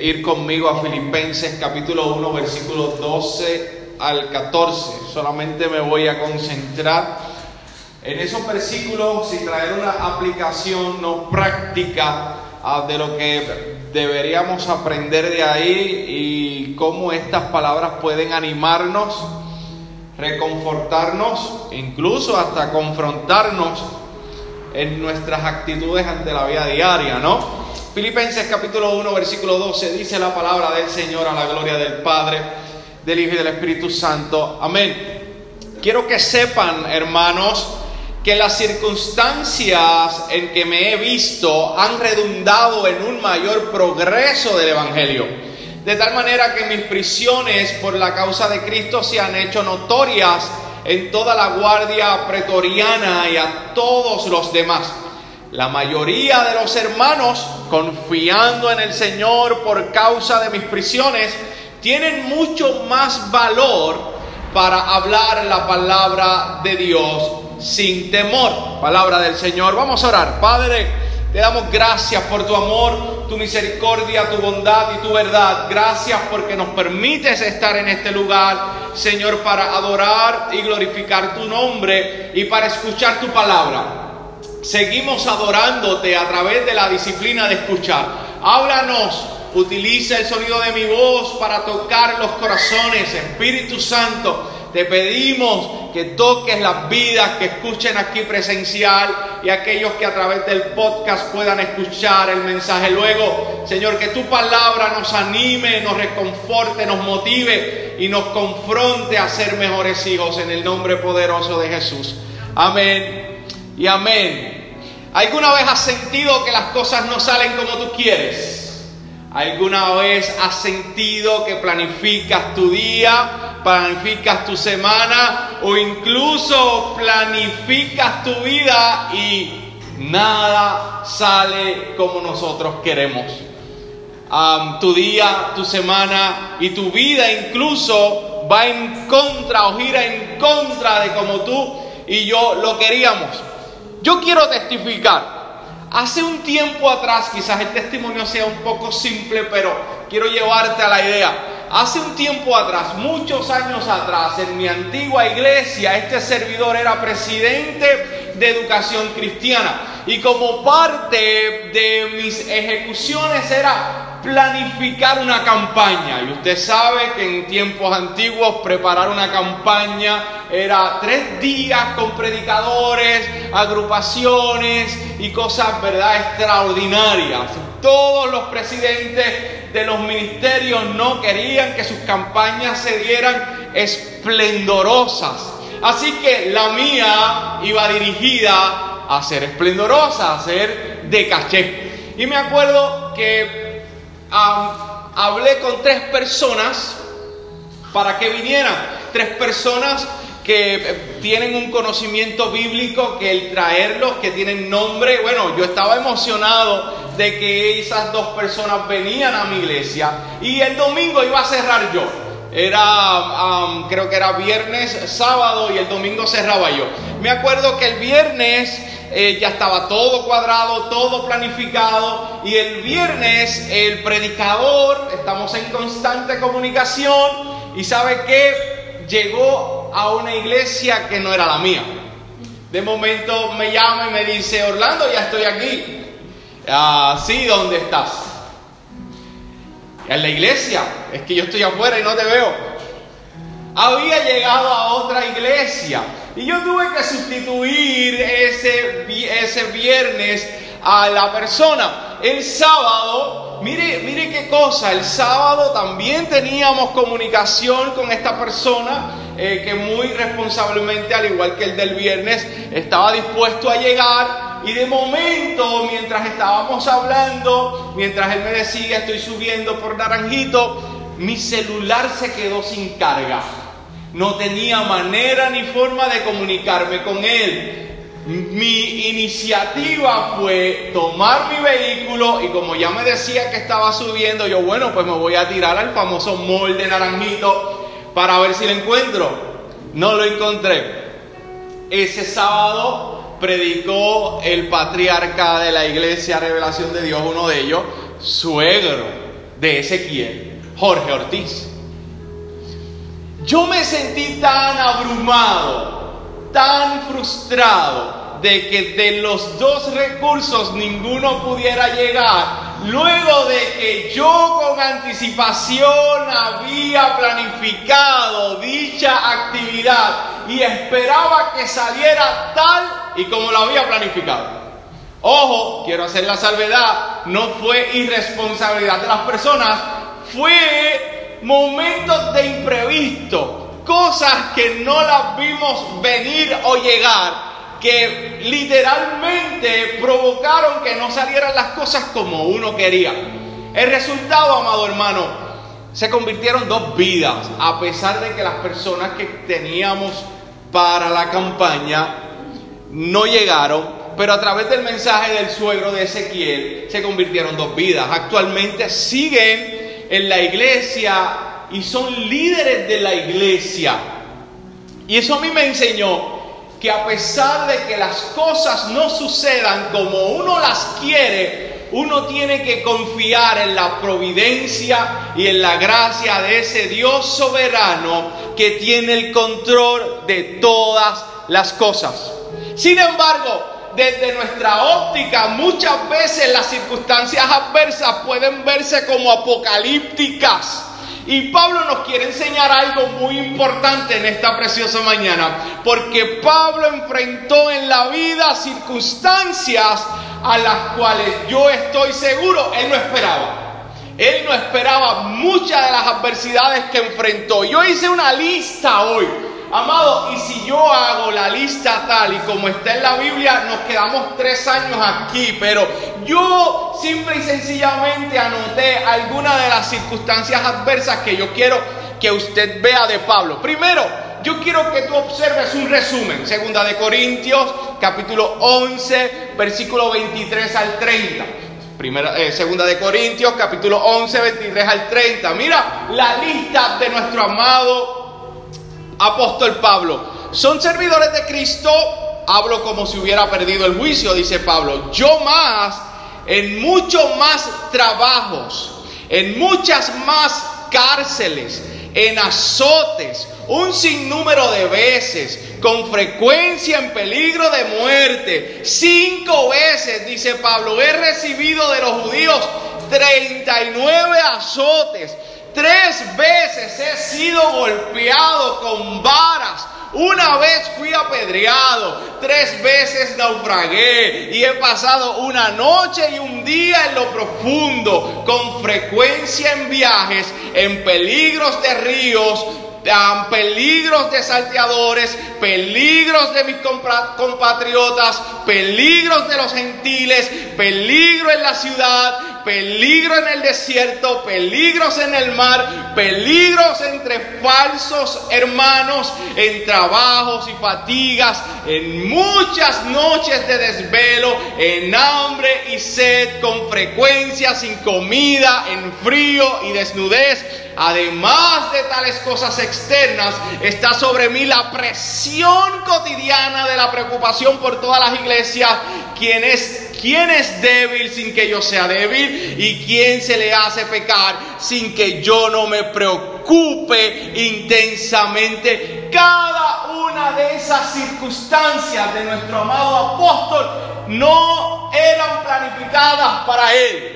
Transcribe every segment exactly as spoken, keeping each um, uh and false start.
Ir conmigo a Filipenses capítulo uno, versículos doce al catorce. Solamente me voy a concentrar en esos versículos y traer una aplicación no práctica uh, de lo que deberíamos aprender de ahí y cómo estas palabras pueden animarnos, reconfortarnos, incluso hasta confrontarnos en nuestras actitudes ante la vida diaria, ¿no? Filipenses capítulo uno, versículo doce, dice la palabra del Señor a la gloria del Padre, del Hijo y del Espíritu Santo. Amén. Quiero que sepan, hermanos, que las circunstancias en que me he visto han redundado en un mayor progreso del Evangelio. De tal manera que mis prisiones por la causa de Cristo se han hecho notorias en toda la guardia pretoriana y a todos los demás. La mayoría de los hermanos, confiando en el Señor por causa de mis prisiones, tienen mucho más valor para hablar la palabra de Dios sin temor. Palabra del Señor. Vamos a orar. Padre, te damos gracias por tu amor, tu misericordia, tu bondad y tu verdad. Gracias porque nos permites estar en este lugar, Señor, para adorar y glorificar tu nombre y para escuchar tu palabra. Seguimos adorándote a través de la disciplina de escuchar. Háblanos, utiliza el sonido de mi voz para tocar los corazones. Espíritu Santo, te pedimos que toques las vidas que escuchen aquí presencial y aquellos que a través del podcast puedan escuchar el mensaje luego. Señor, que tu palabra nos anime, nos reconforte, nos motive y nos confronte a ser mejores hijos en el nombre poderoso de Jesús. Amén y amén. ¿Alguna vez has sentido que las cosas no salen como tú quieres? ¿Alguna vez has sentido que planificas tu día, planificas tu semana o incluso planificas tu vida y nada sale como nosotros queremos? Um, tu día, tu semana y tu vida incluso va en contra o gira en contra de como tú y yo lo queríamos. Yo quiero testificar. Hace un tiempo atrás, quizás el testimonio sea un poco simple, pero quiero llevarte a la idea. Hace un tiempo atrás, muchos años atrás, en mi antigua iglesia, este servidor era presidente de educación cristiana. Y como parte de mis ejecuciones era planificar una campaña. Y usted sabe que en tiempos antiguos preparar una campaña era tres días con predicadores, agrupaciones y cosas, ¿verdad?, extraordinarias. Todos los presidentes de los ministerios no querían que sus campañas se dieran esplendorosas. Así que la mía iba dirigida a ser esplendorosa, a ser de caché. Y me acuerdo que um, hablé con tres personas para que vinieran. Tres personas que tienen un conocimiento bíblico, que el traerlos, que tienen nombre. Bueno, yo estaba emocionado de que esas dos personas venían a mi iglesia y el domingo iba a cerrar yo. Era, um, creo que era viernes, sábado y el domingo cerraba yo. Me acuerdo que el viernes eh, ya estaba todo cuadrado, todo planificado y el viernes el predicador, estamos en constante comunicación y ¿sabe qué? Llegó a una iglesia que no era la mía. De momento me llama y me dice: Orlando, ya estoy aquí. Ah, sí, ¿dónde estás? En la iglesia. Es que yo estoy afuera y no te veo. Había llegado a otra iglesia y yo tuve que sustituir ese, ese viernes a la persona. El sábado, mire, mire qué cosa, el sábado también teníamos comunicación con esta persona eh, que muy responsablemente, al igual que el del viernes, estaba dispuesto a llegar. Y de momento, mientras estábamos hablando, mientras él me decía: estoy subiendo por Naranjito, mi celular se quedó sin carga. No tenía manera ni forma de comunicarme con él. Mi iniciativa fue tomar mi vehículo y como ya me decía que estaba subiendo, yo, bueno, pues me voy a tirar al famoso mall de Naranjito para ver si lo encuentro. No lo encontré. Ese sábado predicó el patriarca de la iglesia Revelación de Dios, uno de ellos, suegro de Ezequiel, Jorge Ortiz. Yo me sentí tan abrumado, tan frustrado de que de los dos recursos ninguno pudiera llegar, luego de que yo con anticipación había planificado dicha actividad y esperaba que saliera tal y como lo había planificado. Ojo, quiero hacer la salvedad, no fue irresponsabilidad de las personas, fue momentos de imprevisto, cosas que no las vimos venir o llegar, que literalmente provocaron que no salieran las cosas como uno quería. El resultado, amado hermano, se convirtieron dos vidas, a pesar de que las personas que teníamos para la campaña no llegaron, pero a través del mensaje del suegro de Ezequiel se convirtieron dos vidas. Actualmente siguen en la iglesia y son líderes de la iglesia. Y eso a mí me enseñó que a pesar de que las cosas no sucedan como uno las quiere, uno tiene que confiar en la providencia y en la gracia de ese Dios soberano que tiene el control de todas las cosas. Sin embargo, desde nuestra óptica, muchas veces las circunstancias adversas pueden verse como apocalípticas. Y Pablo nos quiere enseñar algo muy importante en esta preciosa mañana, porque Pablo enfrentó en la vida circunstancias a las cuales yo estoy seguro él no esperaba. Él no esperaba muchas de las adversidades que enfrentó. Yo hice una lista hoy, amado, y si yo hago la lista tal y como está en la Biblia, nos quedamos tres años aquí, pero yo simple y sencillamente anoté algunas de las circunstancias adversas que yo quiero que usted vea de Pablo. Primero, yo quiero que tú observes un resumen. Segunda de Corintios, capítulo once, versículo veintitrés al treinta. Primera, eh, segunda de Corintios, capítulo once, veintitrés al treinta. Mira la lista de nuestro amado apóstol Pablo. Son servidores de Cristo. Hablo como si hubiera perdido el juicio, dice Pablo. Yo más, en muchos más trabajos, en muchas más cárceles, en azotes, un sinnúmero de veces, con frecuencia en peligro de muerte. Cinco veces, dice Pablo, he recibido de los judíos treinta y nueve azotes. Tres veces he sido golpeado con varas. Una vez fui apedreado, tres veces naufragué y he pasado una noche y un día en lo profundo, con frecuencia en viajes, en peligros de ríos, en peligros de salteadores, peligros de mis compatriotas, peligros de los gentiles, peligro en la ciudad, peligro en el desierto, peligros en el mar, peligros entre falsos hermanos, en trabajos y fatigas, en muchas noches de desvelo, en hambre y sed, con frecuencia, sin comida, en frío y desnudez. Además de tales cosas externas, está sobre mí la presión cotidiana de la preocupación por todas las iglesias. ¿Quién es, quién es débil sin que yo sea débil? ¿Y quién se le hace pecar sin que yo no me preocupe intensamente? Cada una de esas circunstancias de nuestro amado apóstol no eran planificadas para él.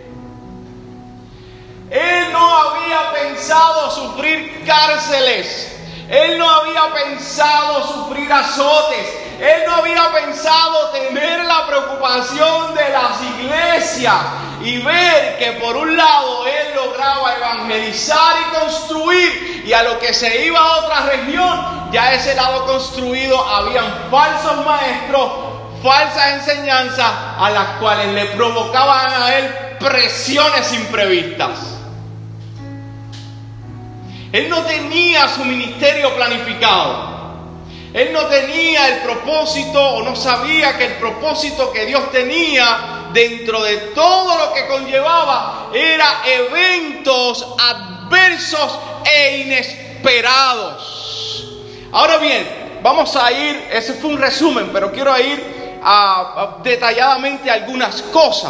Él no había pensado sufrir cárceles. Él no había pensado sufrir azotes. Él no había pensado tener la preocupación de las iglesias y ver que por un lado él lograba evangelizar y construir, y a lo que se iba a otra región, ya ese lado construido habían falsos maestros, falsas enseñanzas a las cuales le provocaban a él presiones imprevistas. Él no tenía su ministerio planificado. Él no tenía el propósito, o no sabía que el propósito que Dios tenía dentro de todo lo que conllevaba era eventos adversos e inesperados. Ahora bien, vamos a ir, ese fue un resumen, pero quiero ir a, a detalladamente a algunas cosas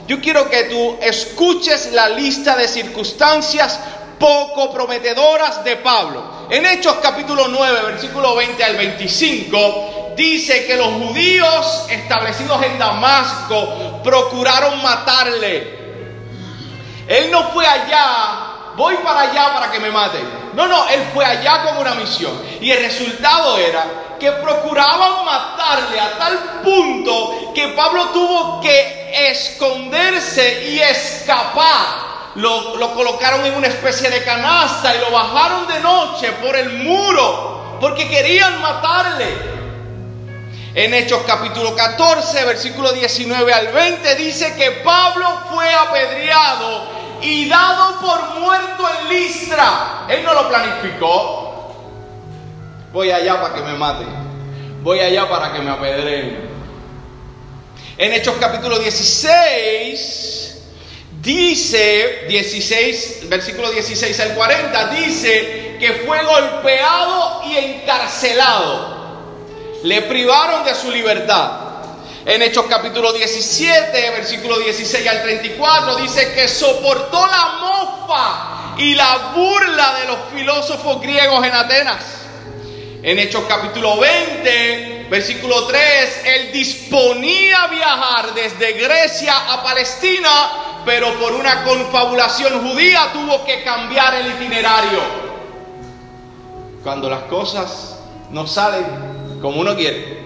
yo quiero que tú escuches la lista de circunstancias poco prometedoras de Pablo. En Hechos capítulo nueve, versículo veinte al veinticinco, dice que los judíos establecidos en Damasco procuraron matarle. Él no fue allá, voy para allá para que me maten. No, no, él fue allá con una misión. Y el resultado era que procuraban matarle a tal punto que Pablo tuvo que esconderse y escapar. Lo, lo colocaron en una especie de canasta y lo bajaron de noche por el muro porque querían matarle. En Hechos capítulo catorce, versículo diecinueve al veinte, dice que Pablo fue apedreado y dado por muerto en Listra. Él no lo planificó. Voy allá para que me maten. Voy allá para que me apedreen. En Hechos capítulo dieciséis... Dice, dieciséis, versículo dieciséis al cuarenta, dice que fue golpeado y encarcelado. Le privaron de su libertad. En Hechos capítulo diecisiete, versículo dieciséis al treinta y cuatro, dice que soportó la mofa y la burla de los filósofos griegos en Atenas. En Hechos capítulo veinte, versículo tres, él disponía a viajar desde Grecia a Palestina, pero por una confabulación judía tuvo que cambiar el itinerario. Cuando las cosas no salen como uno quiere.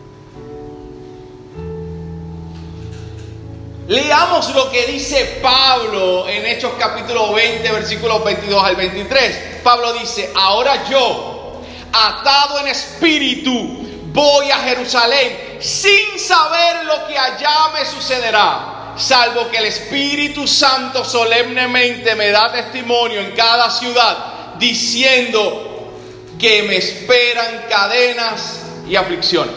Leamos lo que dice Pablo en Hechos capítulo veinte, versículos veintidós al veintitrés. Pablo dice: ahora yo, atado en espíritu, voy a Jerusalén sin saber lo que allá me sucederá, salvo que el Espíritu Santo solemnemente me da testimonio en cada ciudad, diciendo que me esperan cadenas y aflicciones.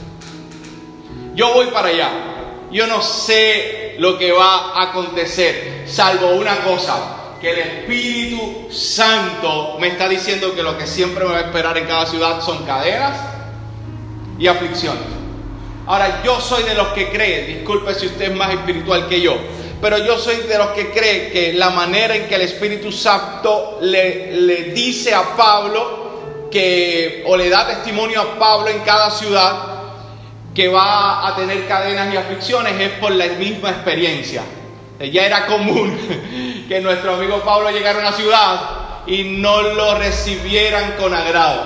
Yo voy para allá. Yo no sé lo que va a acontecer, salvo una cosa, que el Espíritu Santo me está diciendo que lo que siempre me va a esperar en cada ciudad son cadenas y aflicciones. Ahora, yo soy de los que cree, disculpe si usted es más espiritual que yo, pero yo soy de los que cree que la manera en que el Espíritu Santo le, le dice a Pablo que, o le da testimonio a Pablo en cada ciudad que va a tener cadenas y aflicciones, es por la misma experiencia. Ya era común que nuestro amigo Pablo llegara a una ciudad y no lo recibieran con agrado,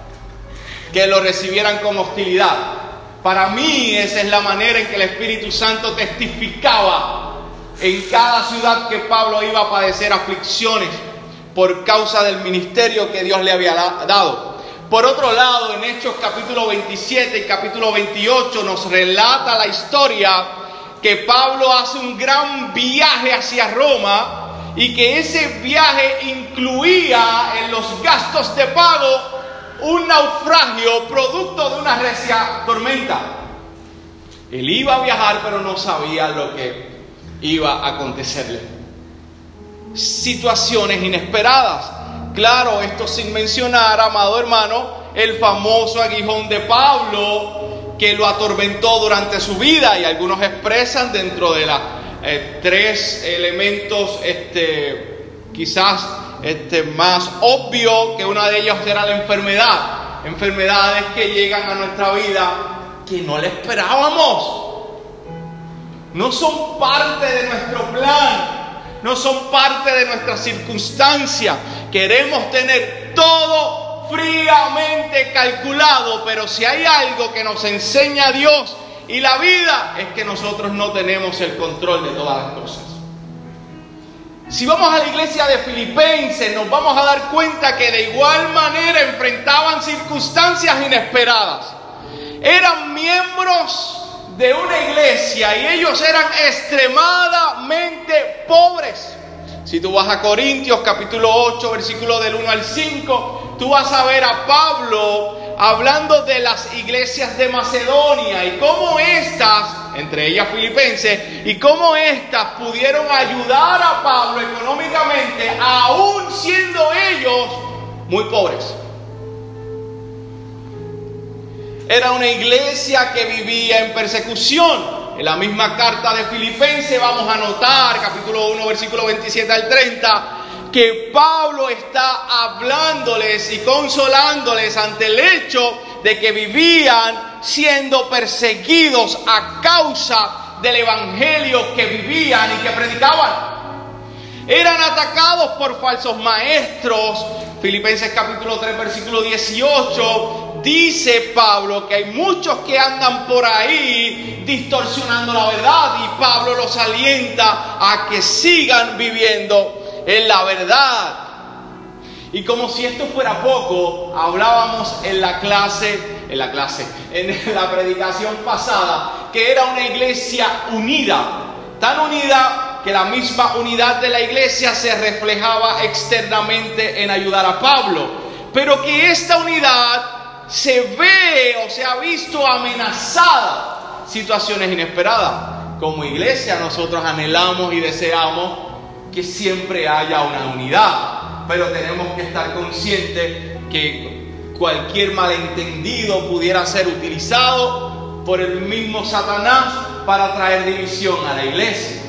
que lo recibieran con hostilidad. Para mí esa es la manera en que el Espíritu Santo testificaba en cada ciudad que Pablo iba a padecer aflicciones por causa del ministerio que Dios le había dado. Por otro lado, en Hechos capítulo veintisiete y capítulo veintiocho nos relata la historia que Pablo hace un gran viaje hacia Roma y que ese viaje incluía en los gastos de pago un naufragio producto de una recia tormenta. Él iba a viajar, pero no sabía lo que iba a acontecerle. Situaciones inesperadas. Claro, esto sin mencionar, amado hermano, el famoso aguijón de Pablo que lo atormentó durante su vida, y algunos expresan dentro de los eh, tres elementos este, quizás este, más obvio, que uno de ellos era la enfermedad. Enfermedades que llegan a nuestra vida que no le esperábamos. No son parte de nuestro plan. No son parte de nuestras circunstancias. Queremos tener todo fríamente calculado, pero si hay algo que nos enseña Dios y la vida, es que nosotros no tenemos el control de todas las cosas. Si vamos a la iglesia de Filipenses, nos vamos a dar cuenta que de igual manera enfrentaban circunstancias inesperadas. Eran miembros de una iglesia y ellos eran extremadamente pobres. Si tú vas a Corintios capítulo ocho, versículo del uno al cinco, tú vas a ver a Pablo hablando de las iglesias de Macedonia y cómo estas, entre ellas Filipenses, y cómo estas pudieron ayudar a Pablo económicamente, aún siendo ellos muy pobres. Era una iglesia que vivía en persecución. En la misma carta de Filipenses vamos a notar, capítulo uno, versículo veintisiete al treinta, que Pablo está hablándoles y consolándoles ante el hecho de que vivían siendo perseguidos a causa del evangelio que vivían y que predicaban. Eran atacados por falsos maestros. Filipenses capítulo tres, versículo dieciocho, dice Pablo que hay muchos que andan por ahí distorsionando la verdad, y Pablo los alienta a que sigan viviendo en la verdad. Y como si esto fuera poco, hablábamos en la clase, en la clase, en la predicación pasada, que era una iglesia unida, tan unida que la misma unidad de la iglesia se reflejaba externamente en ayudar a Pablo, pero que esta unidad se ve o se ha visto amenazada, situaciones inesperadas. Como iglesia nosotros anhelamos y deseamos que siempre haya una unidad, pero tenemos que estar conscientes que cualquier malentendido pudiera ser utilizado por el mismo Satanás para traer división a la iglesia.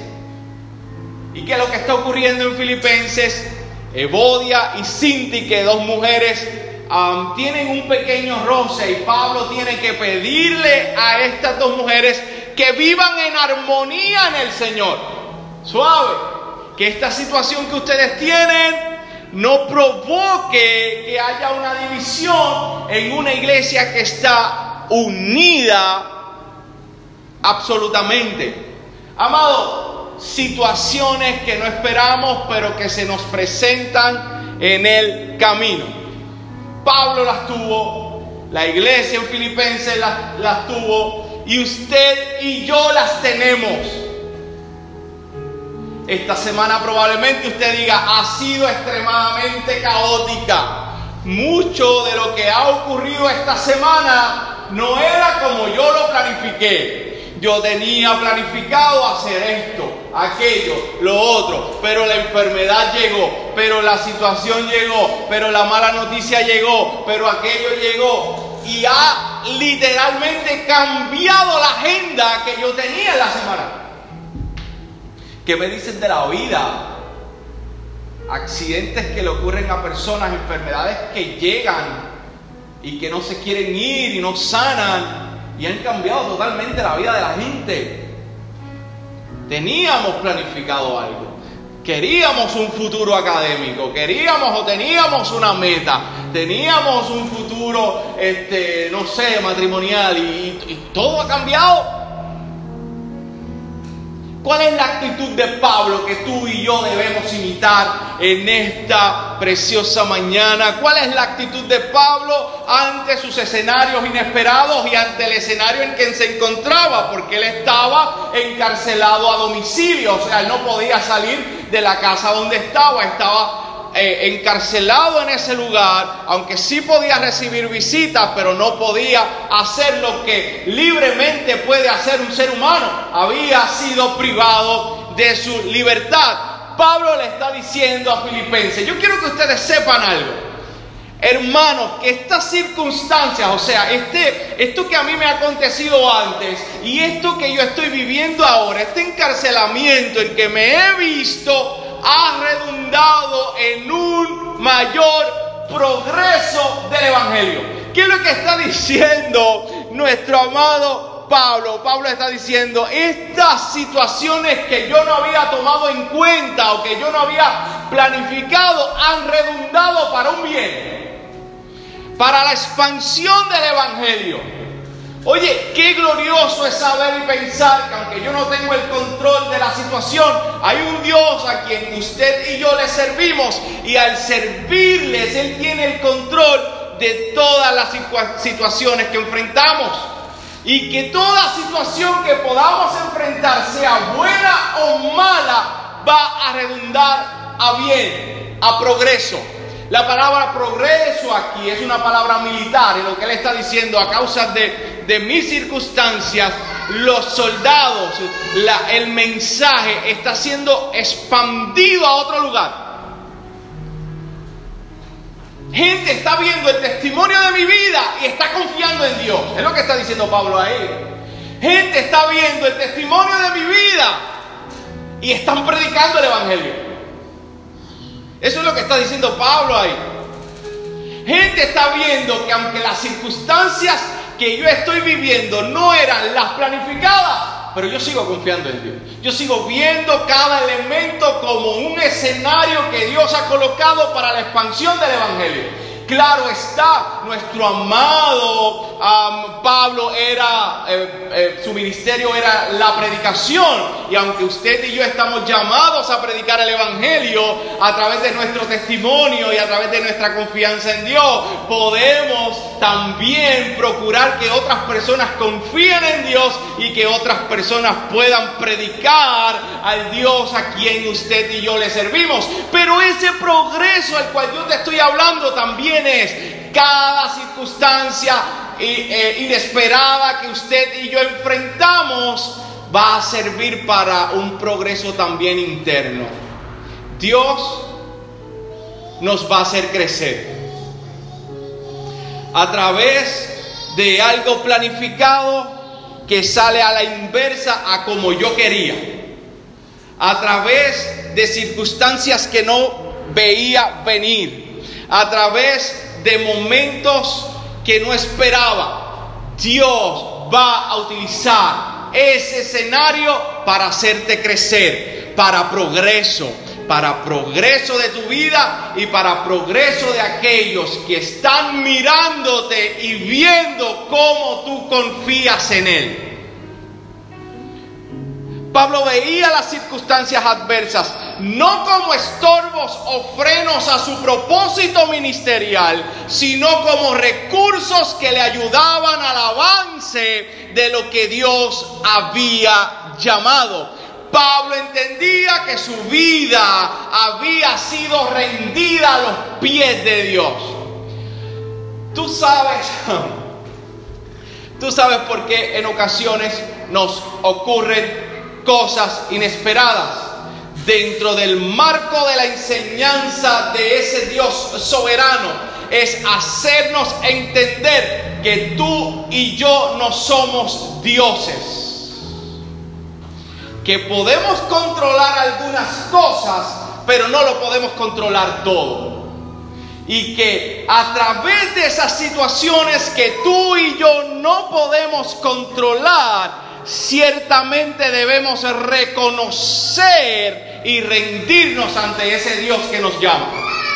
¿Y qué es lo que está ocurriendo en Filipenses? Evodia y Síntique, dos mujeres, um, tienen un pequeño roce, y Pablo tiene que pedirle a estas dos mujeres que vivan en armonía en el Señor. Suave. Que esta situación que ustedes tienen no provoque que haya una división en una iglesia que está unida absolutamente. Amado, situaciones que no esperamos, pero que se nos presentan en el camino. Pablo las tuvo, la iglesia en Filipenses las, las tuvo, y usted y yo las tenemos. Esta semana probablemente usted diga, ha sido extremadamente caótica. Mucho de lo que ha ocurrido esta semana no era como yo lo planifiqué. Yo tenía planificado hacer esto, aquello, lo otro, pero la enfermedad llegó, pero la situación llegó, pero la mala noticia llegó, pero aquello llegó, y ha literalmente cambiado la agenda que yo tenía en la semana. ¿Qué me dicen de la vida? Accidentes que le ocurren a personas, enfermedades que llegan y que no se quieren ir y no sanan, y han cambiado totalmente la vida de la gente. Teníamos planificado algo, queríamos un futuro académico, queríamos o teníamos una meta, teníamos un futuro, este, no sé, matrimonial, y, y todo ha cambiado. ¿Cuál es la actitud de Pablo que tú y yo debemos imitar en esta preciosa mañana? ¿Cuál es la actitud de Pablo ante sus escenarios inesperados y ante el escenario en que se encontraba? Porque él estaba encarcelado a domicilio, o sea, él no podía salir de la casa donde estaba, estaba Eh, encarcelado en ese lugar, aunque sí podía recibir visitas, pero no podía hacer lo que libremente puede hacer un ser humano. Había sido privado de su libertad. Pablo le está diciendo a Filipenses, yo quiero que ustedes sepan algo, hermanos, que estas circunstancias, o sea, este, esto que a mí me ha acontecido antes y esto que yo estoy viviendo ahora, este encarcelamiento en que me he visto, ha redundado en un mayor progreso del Evangelio. ¿Qué es lo que está diciendo nuestro amado Pablo? Pablo está diciendo, estas situaciones que yo no había tomado en cuenta o que yo no había planificado han redundado para un bien, para la expansión del Evangelio. Oye, qué glorioso es saber y pensar que aunque yo no tengo el control de la situación, hay un Dios a quien usted y yo le servimos, y al servirles Él tiene el control de todas las situaciones que enfrentamos, y que toda situación que podamos enfrentar, sea buena o mala, va a redundar a bien, a progreso. La palabra progreso aquí es una palabra militar, y lo que él está diciendo, a causa de, de mis circunstancias, los soldados, la, el mensaje está siendo expandido a otro lugar. Gente está viendo el testimonio de mi vida y está confiando en Dios. Es lo que está diciendo Pablo ahí. Gente está viendo el testimonio de mi vida y están predicando el evangelio. Eso es lo que está diciendo Pablo ahí. Gente está viendo que aunque las circunstancias que yo estoy viviendo no eran las planificadas, pero yo sigo confiando en Dios. Yo sigo viendo cada elemento como un escenario que Dios ha colocado para la expansión del evangelio. Claro está, nuestro amado um, Pablo era, eh, eh, su ministerio era la predicación. Y aunque usted y yo estamos llamados a predicar el evangelio a través de nuestro testimonio y a través de nuestra confianza en Dios, podemos también procurar que otras personas confíen en Dios y que otras personas puedan predicar al Dios a quien usted y yo le servimos. Pero ese progreso al cual yo te estoy hablando también es cada circunstancia inesperada que usted y yo enfrentamos va a servir para un progreso también interno. Dios nos va a hacer crecer a través de algo planificado que sale a la inversa a como yo quería, a través de circunstancias que no veía venir, a través de momentos que no esperaba. Dios va a utilizar ese escenario para hacerte crecer, para progreso, para progreso de tu vida y para progreso de aquellos que están mirándote y viendo cómo tú confías en Él. Pablo veía las circunstancias adversas no como estorbos o frenos a su propósito ministerial, sino como recursos que le ayudaban al avance de lo que Dios había llamado. Pablo entendía que su vida había sido rendida a los pies de Dios. Tú sabes, tú sabes por qué en ocasiones nos ocurren cosas inesperadas dentro del marco de la enseñanza de ese Dios soberano. Es hacernos entender que tú y yo no somos dioses, que podemos controlar algunas cosas, pero no lo podemos controlar todo. Y que a través de esas situaciones que tú y yo no podemos controlar, ciertamente debemos reconocer y rendirnos ante ese Dios que nos llama.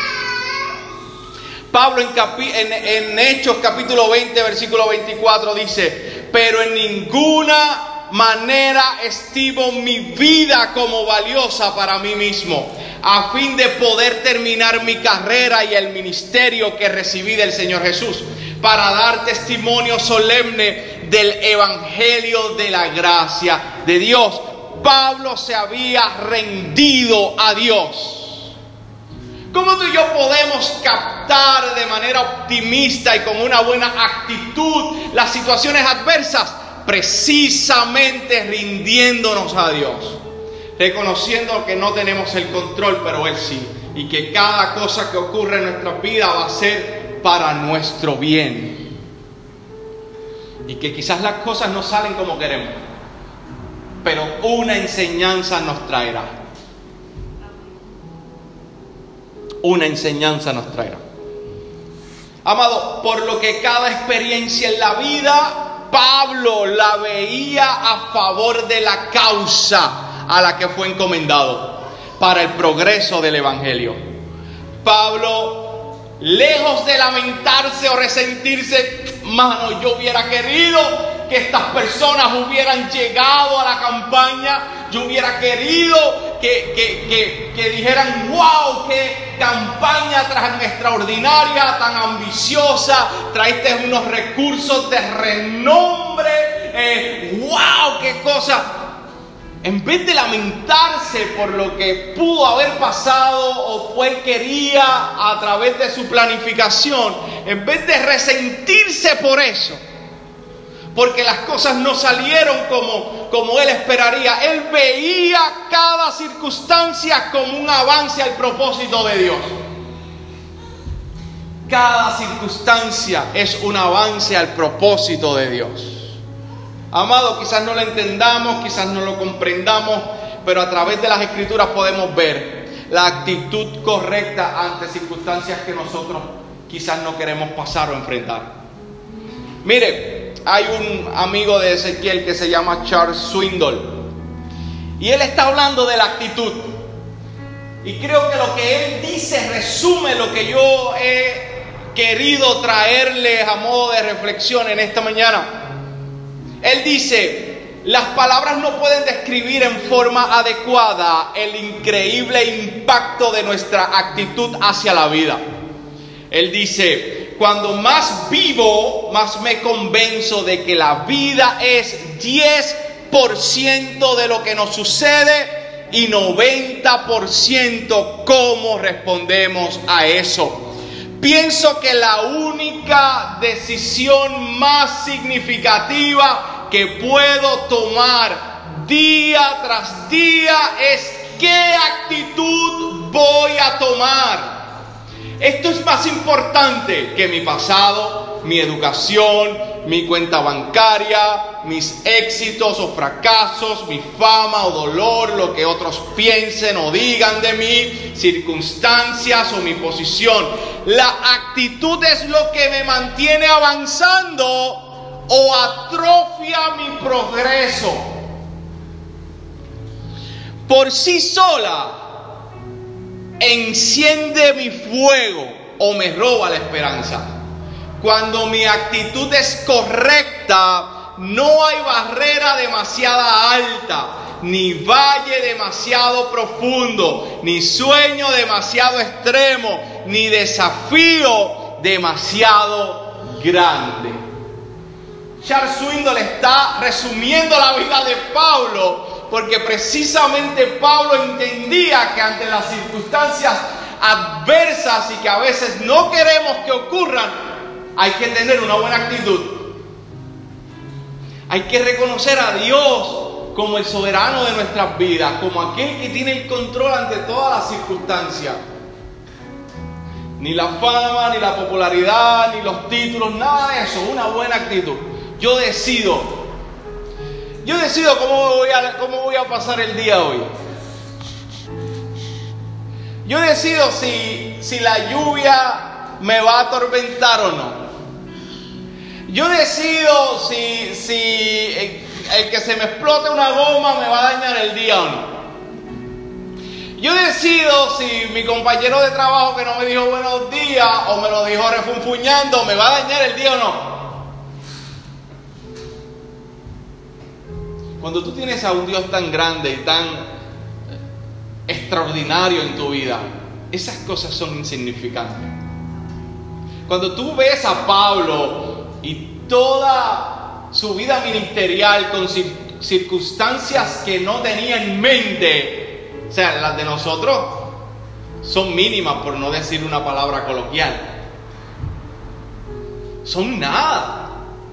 Pablo en, capi- en, en Hechos capítulo veinte versículo veinticuatro dice: pero en ninguna manera estimo mi vida como valiosa para mí mismo, a fin de poder terminar mi carrera y el ministerio que recibí del Señor Jesús, para dar testimonio solemne del evangelio de la gracia de Dios. Pablo se había rendido a Dios. ¿Cómo tú y yo podemos captar de manera optimista y con una buena actitud las situaciones adversas? Precisamente rindiéndonos a Dios, reconociendo que no tenemos el control, pero Él sí, y que cada cosa que ocurre en nuestra vida va a ser para nuestro bien, y que quizás las cosas no salen como queremos, pero una enseñanza nos traerá. Una enseñanza nos traerá. Amado, por lo que cada experiencia en la vida, Pablo la veía a favor de la causa a la que fue encomendado, para el progreso del evangelio. Pablo, lejos de lamentarse o resentirse, mano, yo hubiera querido que estas personas hubieran llegado a la campaña. Yo hubiera querido que, que, que, que dijeran: wow, qué campaña tan extraordinaria, tan ambiciosa, traiste unos recursos de renombre, eh, wow, qué cosa. En vez de lamentarse por lo que pudo haber pasado o él quería a través de su planificación, en vez de resentirse por eso, porque las cosas no salieron como, como él esperaría, él veía cada circunstancia como un avance al propósito de Dios. Cada circunstancia es un avance al propósito de Dios. Amado, quizás no lo entendamos, quizás no lo comprendamos, pero a través de las Escrituras podemos ver la actitud correcta ante circunstancias que nosotros quizás no queremos pasar o enfrentar. Mire, hay un amigo de Ezequiel que se llama Charles Swindoll, y él está hablando de la actitud. Y creo que lo que él dice resume lo que yo he querido traerles a modo de reflexión en esta mañana. Él dice: las palabras no pueden describir en forma adecuada el increíble impacto de nuestra actitud hacia la vida. Él dice: cuando más vivo, más me convenzo de que la vida es diez por ciento de lo que nos sucede y noventa por ciento cómo respondemos a eso. Pienso que la única decisión más significativa que puedo tomar día tras día es qué actitud voy a tomar. Esto es más importante que mi pasado, mi educación, mi cuenta bancaria, mis éxitos o fracasos, mi fama o dolor, lo que otros piensen o digan de mí, circunstancias o mi posición. La actitud es lo que me mantiene avanzando o atrofia mi progreso. Por sí sola enciende mi fuego o me roba la esperanza. Cuando mi actitud es correcta, no hay barrera demasiado alta, ni valle demasiado profundo, ni sueño demasiado extremo, ni desafío demasiado grande. Charles Swindoll está resumiendo la vida de Pablo, porque precisamente Pablo entendía que ante las circunstancias adversas y que a veces no queremos que ocurran, hay que tener una buena actitud. Hay que reconocer a Dios como el soberano de nuestras vidas, como aquel que tiene el control ante todas las circunstancias. Ni la fama, ni la popularidad, ni los títulos, nada de eso. Una buena actitud. Yo decido. Yo decido cómo voy a, cómo voy a pasar el día hoy. Yo decido si, si la lluvia me va a atormentar o no. Yo decido si, si el, el que se me explote una goma me va a dañar el día o no. Yo decido si mi compañero de trabajo que no me dijo buenos días o me lo dijo refunfuñando me va a dañar el día o no. Cuando tú tienes a un Dios tan grande y tan extraordinario en tu vida, esas cosas son insignificantes. Cuando tú ves a Pablo y toda su vida ministerial con circunstancias que no tenía en mente, o sea, las de nosotros son mínimas, por no decir una palabra coloquial. Son nada.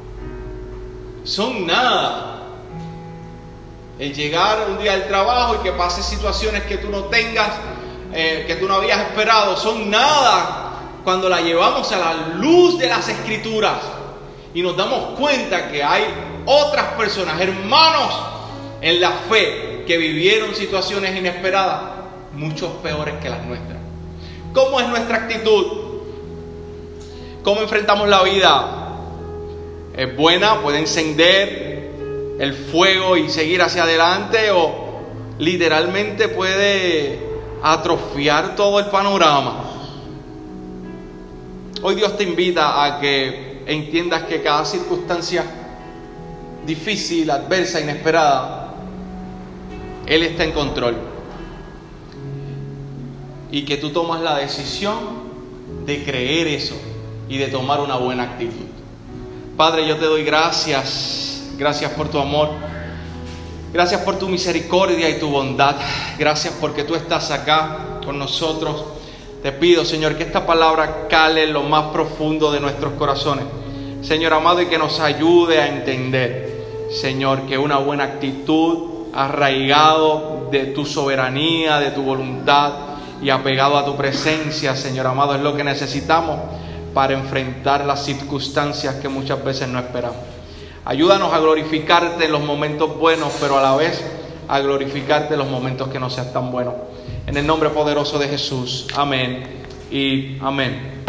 Son nada. El llegar un día al trabajo y que pase situaciones que tú no tengas, eh, que tú no habías esperado, son nada cuando la llevamos a la luz de las Escrituras y nos damos cuenta que hay otras personas, hermanos en la fe, que vivieron situaciones inesperadas, mucho peores que las nuestras. ¿Cómo es nuestra actitud? ¿Cómo enfrentamos la vida? ¿Es buena? ¿Puede encender el fuego y seguir hacia adelante? ¿O literalmente puede atrofiar todo el panorama? Hoy Dios te invita a que entiendas que cada circunstancia difícil, adversa, inesperada, Él está en control. Y que tú tomas la decisión de creer eso y de tomar una buena actitud. Padre, yo te doy gracias. Gracias por tu amor. Gracias por tu misericordia y tu bondad. Gracias porque tú estás acá con nosotros. Te pido, Señor, que esta palabra cale en lo más profundo de nuestros corazones, Señor amado, y que nos ayude a entender, Señor, que una buena actitud, arraigado de tu soberanía, de tu voluntad y apegado a tu presencia, Señor amado, es lo que necesitamos para enfrentar las circunstancias que muchas veces no esperamos. Ayúdanos a glorificarte en los momentos buenos, pero a la vez a glorificarte en los momentos que no sean tan buenos. En el nombre poderoso de Jesús. Amén y amén.